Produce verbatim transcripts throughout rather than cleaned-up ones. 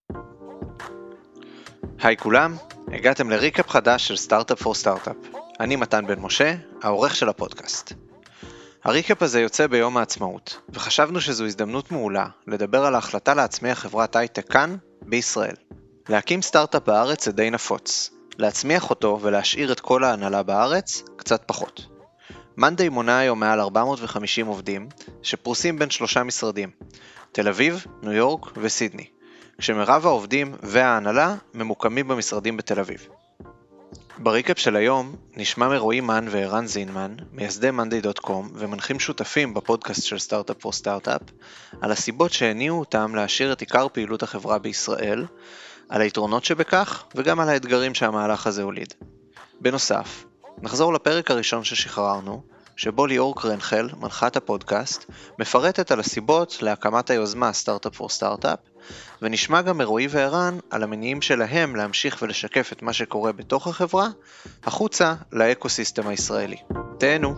היי כולם, הגעתם לריקאפ חדש של סטארט-אפ פור סטארט-אפ. אני מתן בן משה, העורך של הפודקאסט. הריקאפ הזה יוצא ביום העצמאות, וחשבנו שזו הזדמנות מעולה לדבר על ההחלטה להצמיח חברת הייטק כאן, בישראל. להקים סטארט-אפ בארץ זה די נפוץ, להצמיח אותו ולהשאיר את כל ההנהלה בארץ קצת פחות. מאנדיי מונה היום מעל ארבע מאות וחמישים עובדים, שפרוסים בין שלושה משרדים, תל אביב, ניו יורק וסידני. כשמרב העובדים וההנהלה ממוקמים במשרדים בתל אביב. בריקאפ של היום נשמע מרועי מן וערן זינמן, מייסדי מאנדיי דוט קום ומנחים שותפים בפודקאסט של סטארט-אפ פור סטארט-אפ, על הסיבות שהניעו אותם להשאיר את עיקר פעילות החברה בישראל, על היתרונות שבכך וגם על האתגרים שהמהלך הזה הוליד. בנוסף, נחזור לפרק הראשון ששחררנו, שבו ליאור קרנחל, מנחת הפודקאסט, מפרטת על הסיבות להקמת היוזמה סטארט-אפ פור סטארט-אפ, ונשמע גם מרועי וערן על המניעים שלהם להמשיך ולשקף את מה שקורה בתוך החברה, החוצה לאקוסיסטם הישראלי. תהנו.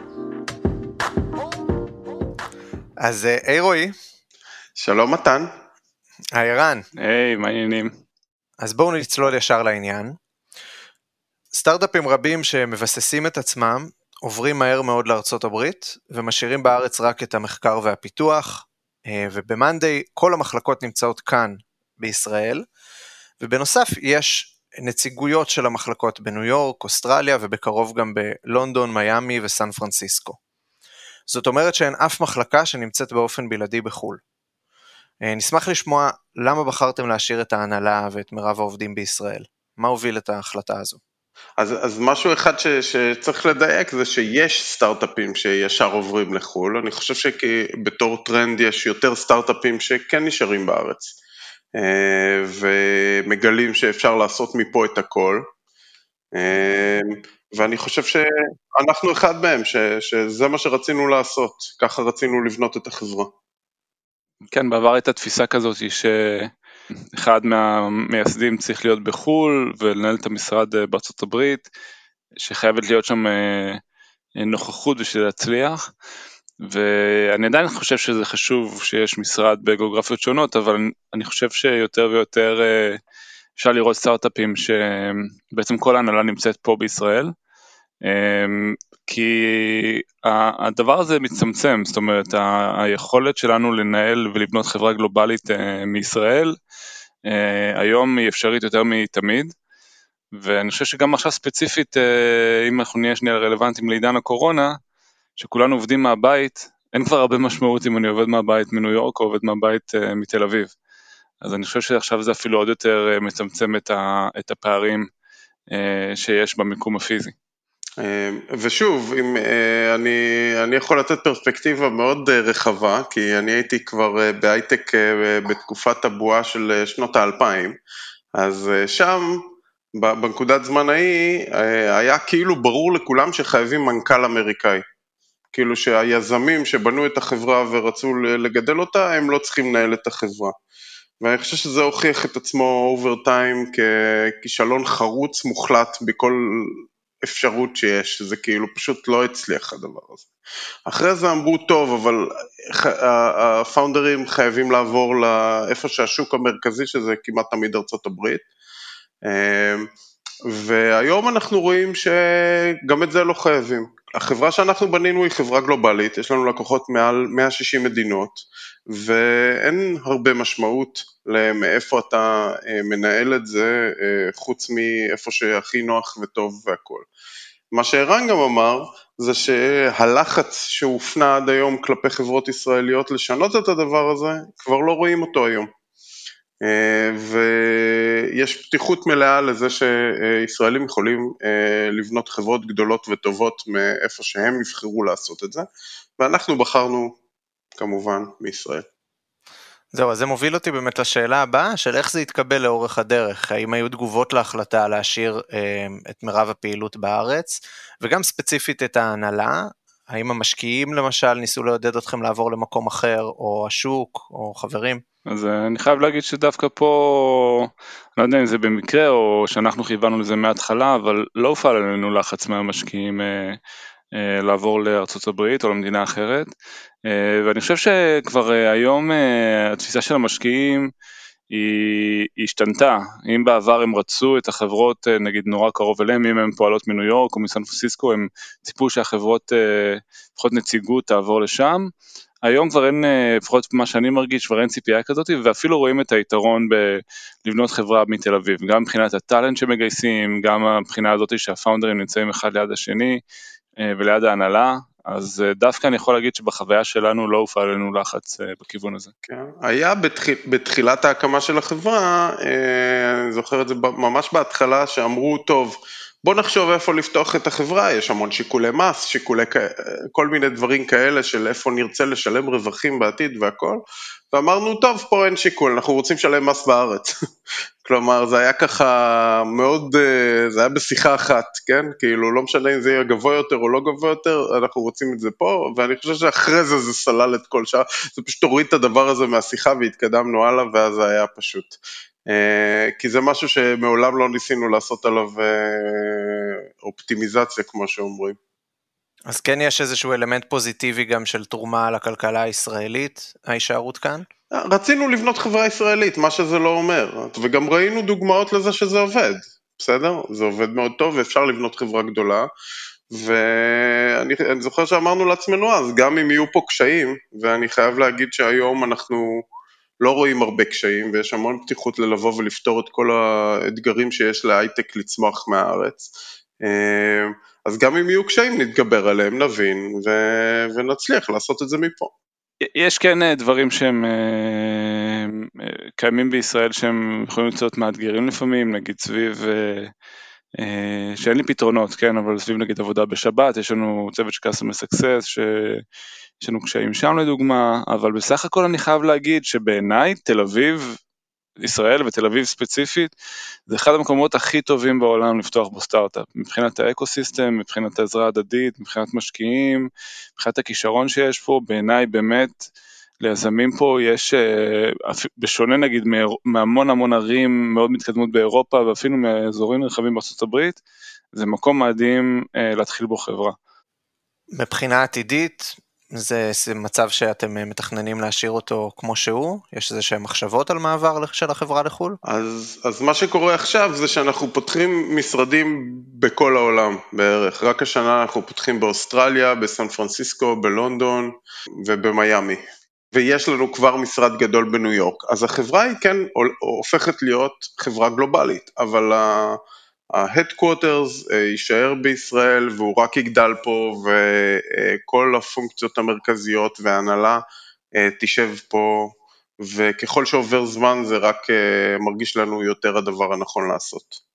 אז היי רועי. שלום מתן. היי ערן. היי, מה העניינים? אז בואו נצלול ישר לעניין. סטארט-אפים רבים שמבססים את עצמם, עוברים מהר מאוד לארצות הברית, ומשאירים בארץ רק את המחקר והפיתוח, ובמאנדיי כל המחלקות נמצאות כאן בישראל, ובנוסף יש נציגויות של המחלקות בניו יורק, אוסטרליה, ובקרוב גם בלונדון, מיאמי וסן פרנסיסקו. זאת אומרת שאין אף מחלקה שנמצאת באופן בלעדי בחול. נשמח לשמוע למה בחרתם להשאיר את ההנהלה ואת מרב העובדים בישראל. מה הוביל את ההחלטה הזו? אז, אז משהו אחד ש, שצריך לדייק זה שיש סטארט-אפים שישר עוברים לחול. אני חושב שבתור טרנד יש יותר סטארט-אפים שכן נשארים בארץ, ומגלים שאפשר לעשות מפה את הכל. ואני חושב שאנחנו אחד מהם, ש, שזה מה שרצינו לעשות, ככה רצינו לבנות את החברה. כן, בעבר הייתה תפיסה כזאת שאחד מהמייסדים צריך להיות בחול ולנהל את המשרד בארצות הברית, שחייבת להיות שם נוכחות בשביל להצליח, ואני עדיין חושב שזה חשוב שיש משרד בגיאוגרפיות שונות, אבל אני חושב שיותר ויותר אפשר לראות סטארט-אפים שבעצם כל ההנהלה נמצאת פה בישראל, כי הדבר הזה מצמצם, זאת אומרת, היכולת שלנו לנהל ולבנות חברה גלובלית מישראל, היום היא אפשרית יותר מתמיד, ואני חושב שגם עכשיו ספציפית, אם אנחנו נהיה שנייה רלוונטיים לעידן הקורונה, שכולנו עובדים מהבית, אין כבר הרבה משמעות אם אני עובד מהבית מניו יורק או עובד מהבית מתל אביב, אז אני חושב שעכשיו זה אפילו עוד יותר מצמצם את הפערים שיש במיקום הפיזי. ושוב, אם, אני, אני יכול לתת פרספקטיבה מאוד רחבה, כי אני הייתי כבר בהייטק בתקופת הבועה של שנות האלפיים, אז שם, בנקודת זמן ההיא, היה כאילו ברור לכולם שחייבים מנכ"ל אמריקאי. כאילו שהיזמים שבנו את החברה ורצו לגדל אותה, הם לא צריכים לנהל את החברה. ואני חושב שזה הוכיח את עצמו אובר טיים ככישלון חרוץ מוחלט בכל אפשרות שיש, זה כאילו פשוט לא הצליח הדבר הזה. אחרי זה אמרו טוב, אבל הפאונדרים חייבים לעבור לאיפה שהשוק המרכזי, שזה כמעט תמיד ארצות הברית, והיום אנחנו רואים שגם את זה לא חייבים. החברה שאנחנו בנינו היא חברה גלובלית, יש לנו לקוחות מעל מאה ושישים מדינות, ואין הרבה משמעות למאיפה אתה מנהל את זה, חוץ מאיפה שהכי נוח וטוב והכל. מה שערן גם אמר, זה שהלחץ שהופנה עד היום כלפי חברות ישראליות לשנות את הדבר הזה, כבר לא רואים אותו היום. ויש פתיחות מלאה לזה שישראלים יכולים לבנות חברות גדולות וטובות מאיפה שהם יבחרו לעשות את זה, ואנחנו בחרנו כמובן מישראל. זהו, אז זה מוביל אותי באמת לשאלה הבאה, של איך זה יתקבל לאורך הדרך, האם היו תגובות להחלטה להשאיר אה, את מרב הפעילות בארץ, וגם ספציפית את ההנהלה, האם המשקיעים למשל ניסו לעודד אתכם לעבור למקום אחר, או השוק, או חברים? אז אני חייב להגיד שדווקא פה, לא יודע אם זה במקרה, או שאנחנו כיוונו לזה מההתחלה, אבל לא הופעל עלינו לחץ מהמשקיעים אה, אה, לעבור לארצות הברית או למדינה אחרת, ואני חושב שכבר היום התפיסה של המשקיעים היא, היא השתנתה. אם בעבר הם רצו את החברות, נגיד נורא קרוב אליהם, אם הם פועלות מניו יורק או מסן פרנסיסקו, הם ציפו שהחברות, לפחות נציגות תעבור לשם. היום כבר אין, לפחות מה שאני מרגיש, כבר אין ציפייה כזאת, ואפילו רואים את היתרון בלבנות חברה מתל אביב, גם מבחינת הטלנט שמגייסים, גם מבחינה הזאת שהפאונדרים נמצאים אחד ליד השני, וליד ההנהלה, אז דווקא אני יכול להגיד שבחוויה שלנו לא הופעל לנו לחץ בכיוון הזה. כן. היה בתחיל, בתחילת ההקמה של החברה, אני זוכר את זה ממש בהתחלה, שאמרו, טוב, בוא נחשוב איפה לפתוח את החברה, יש המון שיקולי מס, שיקולי, כל מיני דברים כאלה של איפה נרצה לשלם רווחים בעתיד והכל, ואמרנו, טוב, פה אין שיקול, אנחנו רוצים לשלם מס בארץ. כלומר, זה היה ככה מאוד, זה היה בשיחה אחת, כן? כאילו, לא משנה אם זה יהיה גבוה יותר או לא גבוה יותר, אנחנו רוצים את זה פה, ואני חושב שאחרי זה זה סלל את כל שעה, זה פשוט הוריד את הדבר הזה מהשיחה והתקדמנו הלאה, ואז זה היה פשוט. כי זה משהו שמעולם לא ניסינו לעשות עליו אופטימיזציה, כמו שאומרים. אז כן יש איזשהו אלמנט פוזיטיבי גם של תרומה לכלכלה הישראלית, ההישארות כאן? רצינו לבנות חברה ישראלית, מה שזה לא אומר, וגם ראינו דוגמאות לזה שזה עובד, בסדר? זה עובד מאוד טוב ואפשר לבנות חברה גדולה, ואני זוכר שאמרנו לעצמנו אז, גם אם יהיו פה קשיים, ואני חייב להגיד שהיום אנחנו לא רואים הרבה קשיים, ויש המון פתיחות ללבוא ולפתור את כל האתגרים שיש להייטק לצמוח מהארץ, אז גם אם יהיו קשיים נתגבר עליהם, נבין, ו- ונצליח לעשות את זה מפה. יש כן דברים שהם קיימים בישראל שהם יכולים לצאות מאתגרים לפעמים, נגיד סביב, שאין לי פתרונות, כן, אבל סביב נגיד עבודה בשבת, יש לנו צוות של customer success, שיש לנו קשיים שם לדוגמה, אבל בסך הכל אני חייב להגיד שבעיניי תל אביב, ישראל ותל אביב ספציפית, זה אחד המקומות הכי טובים בעולם לפתוח בו סטארט-אפ, מבחינת האקוסיסטם, מבחינת העזרה ההדדית, מבחינת משקיעים, מבחינת הכישרון שיש פה, בעיניי באמת ליזמים פה יש, בשונה נגיד מהמון המון ערים מאוד מתקדמות באירופה, ואפילו מאזורים רחבים בארצות הברית, זה מקום מדהים להתחיל בו חברה. מבחינה עתידית, זה, זה מצב שאתם מתכננים להשאיר אותו כמו שהוא? יש איזה שהם מחשבות על מעבר של החברה לחול? אז, אז מה שקורה עכשיו זה שאנחנו פותחים משרדים בכל העולם בערך. רק השנה אנחנו פותחים באוסטרליה, בסן פרנסיסקו, בלונדון ובמיימי. ויש לנו כבר משרד גדול בניו יורק. אז החברה היא כן הופכת להיות חברה גלובלית, אבל ה-headquarters יישאר בישראל והוא רק יגדל פה, וכל הפונקציות המרכזיות וההנהלה תשב פה, וככל שעובר זמן זה רק מרגיש לנו יותר הדבר הנכון לעשות.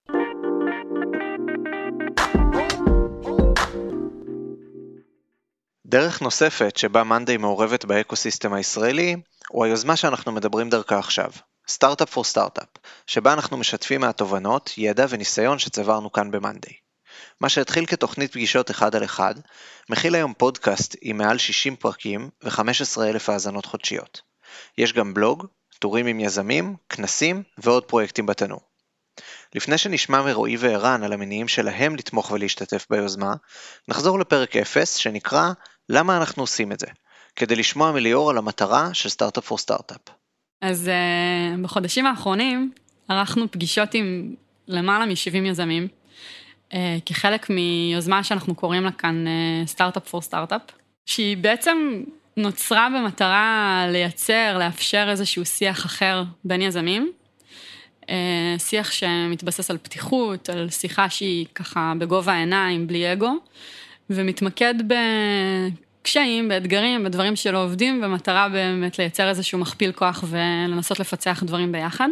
דרך נוספת שבה מאנדיי מעורבת באקוסיסטם הישראלי, הוא היוזמה שאנחנו מדברים דרכה עכשיו, Startup for Startup, שבה אנחנו משתפים מהתובנות, ידע וניסיון שצברנו כאן במאנדיי. מה שהתחיל כתוכנית פגישות אחד על אחד, מכיל היום פודקאסט עם מעל שישים פרקים ו-חמישה עשר אלף האזנות חודשיות. יש גם בלוג, טורים עם יזמים, כנסים ועוד פרויקטים בתנור. לפני שנשמע מרועי וערן על המניעים שלהם לתמוך ולהשתתף ביוזמה, נחזור לפרק אפס שנקרא למה אנחנו עושים את זה, כדי לשמוע מליאור על המטרה של Startup for Startup. אז uh, בחודשים האחרונים ערכנו פגישות עם למעלה מ-שבעים יזמים, uh, כחלק מיוזמה שאנחנו קוראים לה כאן uh, Startup for Startup, שהיא בעצם נוצרה במטרה לייצר, לאפשר איזשהו שיח אחר בין יזמים, uh, שיח שמתבסס על פתיחות, על שיחה שהיא ככה בגובה העיניים, בלי אגו, ומתמקד בקשיים, באתגרים, בדברים שלא עובדים, במטרה באמת לייצר איזשהו מכפיל כוח ולנסות לפצח דברים ביחד.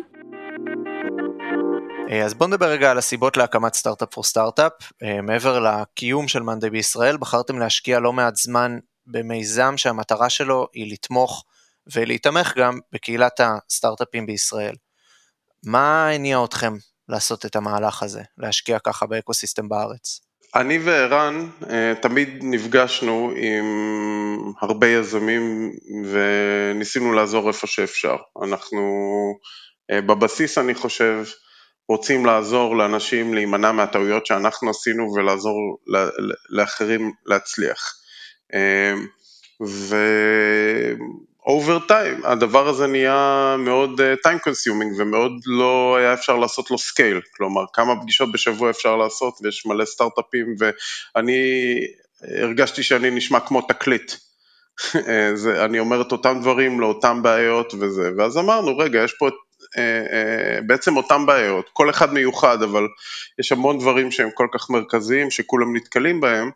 אז בואו נדבר רגע על הסיבות להקמת סטארט-אפ פור סטארט-אפ. מעבר לקיום של מאנדיי בישראל, בחרתם להשקיע לא מעט זמן במיזם שהמטרה שלו היא לתמוך ולהתמך גם בקהילת הסטארט-אפים בישראל. מה הניע אתכם לעשות את המהלך הזה, להשקיע ככה באקוסיסטם בארץ? אני וערן תמיד נפגשנו עם הרבה יזמים וניסינו לעזור איפה שאפשר. אנחנו בבסיס אני חושב רוצים לעזור לאנשים להימנע מהטעויות שאנחנו עשינו ולעזור לאחרים להצליח. over time, הדבר הזה נהיה מאוד time consuming, ומאוד לא היה אפשר לעשות לו scale, כלומר, כמה פגישות בשבוע אפשר לעשות, ויש מלא סטארט-אפים, ואני הרגשתי שאני נשמע כמו תקליט, זה, אני אומר את אותם דברים, לאותם בעיות וזה, ואז אמרנו, רגע, יש פה בעצם אותם בעיות, כל אחד מיוחד, אבל יש המון דברים שהם כל כך מרכזיים, שכולם נתקלים בהם,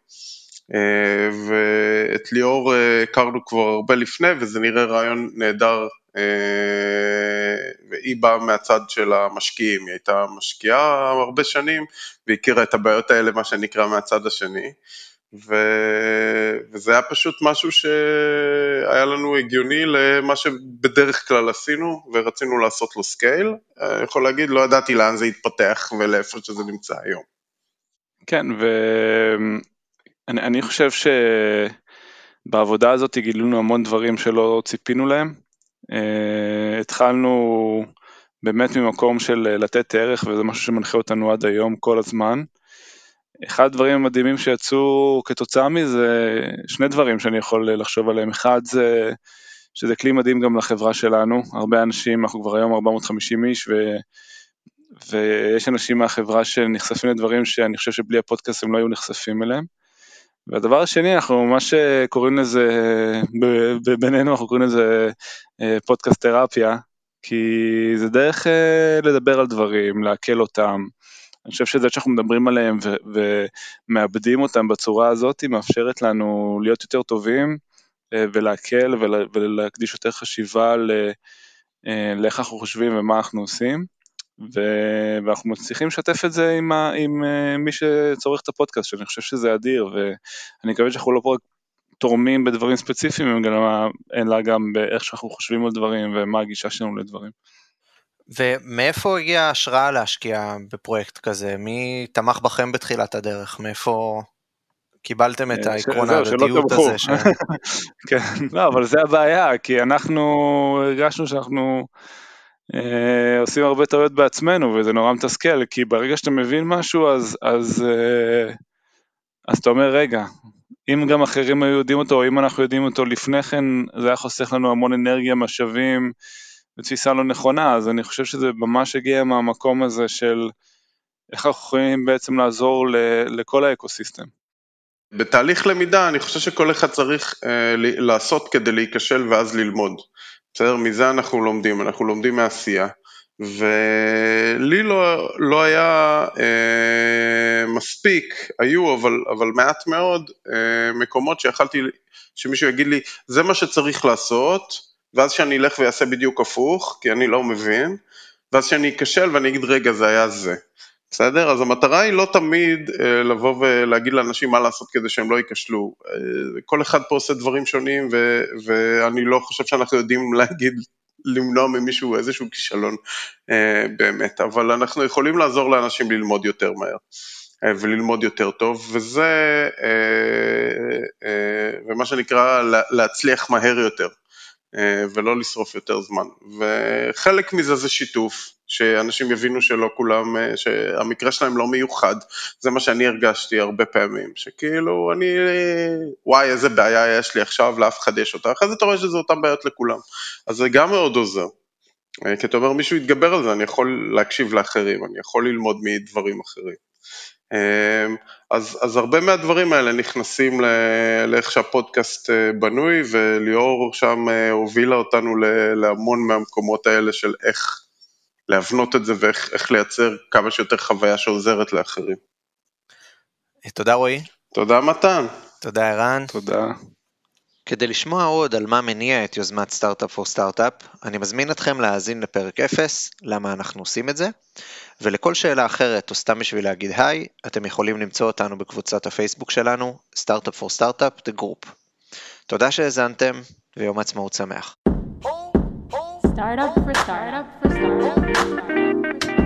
ואת ליאור הכרנו כבר הרבה לפני, וזה נראה רעיון נהדר, והיא באה מהצד של המשקיעים, היא הייתה משקיעה הרבה שנים, והכירה את הבעיות האלה, מה שנקרא מהצד השני, ו... וזה היה פשוט משהו שהיה לנו הגיוני למה שבדרך כלל עשינו, ורצינו לעשות לו סקייל, אני יכול להגיד, לא ידעתי לאן זה יתפתח, ולאיפה שזה נמצא היום. כן, ואני אני חושב שבעבודה הזאת גילינו המון דברים שלא ציפינו להם, התחלנו באמת ממקום של לתת ערך, וזה משהו שמנחה אותנו עד היום כל הזמן, אחד הדברים המדהימים שיצאו כתוצאה מזה, שני דברים שאני יכול לחשוב עליהם, אחד זה שזה כלי מדהים גם לחברה שלנו, הרבה אנשים, אנחנו כבר היום ארבע מאות וחמישים איש, ו, ויש אנשים מהחברה שנחשפים לדברים שאני חושב שבלי הפודקאסט הם לא היו נחשפים אליהם, והדבר השני, אנחנו ממש קוראים לזה, בינינו אנחנו קוראים לזה פודקאסט תרפיה, כי זה דרך לדבר על דברים, להקל אותם, אני חושב שזה שאנחנו מדברים עליהם ו- ומאבדים אותם בצורה הזאת, היא מאפשרת לנו להיות יותר טובים, ולהקל ול- ולהקדיש יותר חשיבה ל- לאיך אנחנו חושבים ומה אנחנו עושים, ו- ואנחנו מצליחים לשתף את זה עם, ה- עם מי שצורך את הפודקאסט, שאני חושב שזה אדיר, ואני מקווה שאנחנו לא פה תורמים בדברים ספציפיים, אלא גם באיך שאנחנו חושבים על דברים, ומה הגישה שלנו לדברים. ומאיפה הגיעה ההשראה להשקיע בפרויקט כזה? מי תמך בכם בתחילת הדרך? מאיפה קיבלתם את העקרון ההדדיות הזה? ש... כן, לא, אבל זה הבעיה, כי אנחנו הרגשנו שאנחנו אה, עושים הרבה טעויות בעצמנו, וזה נורא מתסכל, כי ברגע שאתה מבין משהו, אז, אז, אה, אז אתה אומר, רגע, אם גם אחרים היו יודעים אותו, או אם אנחנו יודעים אותו לפני כן, זה היה חוסך לנו המון אנרגיה, משאבים, ותפיסה לא נכונה, אז אני חושב שזה ממש הגיע מהמקום הזה של איך אנחנו יכולים בעצם לעזור ל- לכל האקוסיסטם. בתהליך למידה אני חושב שכל אחד צריך אה, לעשות כדי להיכשל ואז ללמוד. בסדר? מזה אנחנו לומדים, אנחנו לומדים מעשייה. ולי לא, לא היה אה, מספיק, היו אבל, אבל מעט מאוד אה, מקומות שיכלתי, שמישהו יגיד לי, זה מה שצריך לעשות, ואז שאני אלך ויעשה בדיוק הפוך, כי אני לא מבין, ואז שאני אכשל ואני אגיד, רגע, זה היה זה. בסדר? אז המטרה היא לא תמיד אה, לבוא ולהגיד לאנשים מה לעשות כדי שהם לא ייכשלו. אה, כל אחד פה עושה דברים שונים, ו, ואני לא חושב שאנחנו יודעים להגיד, למנוע ממישהו איזשהו כישלון אה, באמת, אבל אנחנו יכולים לעזור לאנשים ללמוד יותר מהר, אה, וללמוד יותר טוב, וזה, אה, אה, ומה שנקרא להצליח מהר יותר, אה, ולא לשרוף יותר זמן, וחלק מזה זה שיתוף, שאנשים יבינו שלא כולם, שהמקרה שלהם לא מיוחד, זה מה שאני הרגשתי הרבה פעמים, שכאילו אני, וואי איזה בעיה יש לי עכשיו, לאף אחד יש אותה, אחרי זה אתה רואה שזה אותם בעיות לכולם, אז זה גם מאוד עוזר, כי אתה אומר מישהו יתגבר על זה, אני יכול להקשיב לאחרים, אני יכול ללמוד מדברים אחרים, אז, אז הרבה מהדברים האלה נכנסים לאיך שהפודקאסט בנוי, וליאור שם הובילה אותנו להמון מהמקומות האלה של איך, להבנות את זה ואיך לייצר כמה שיותר חוויה שעוזרת לאחרים. תודה רועי. תודה מתן. תודה ערן. תודה. כדי לשמוע עוד על מה מניע את יוזמת סטארט-אפ פור סטארט-אפ, אני מזמין אתכם להאזין לפרק אפס, למה אנחנו עושים את זה, ולכל שאלה אחרת או סתם בשביל להגיד היי, אתם יכולים למצוא אותנו בקבוצת הפייסבוק שלנו, סטארט-אפ פור סטארט-אפ, The Group. תודה שהאזנתם, ויום עצמאות שמח. Startup for startup for startup.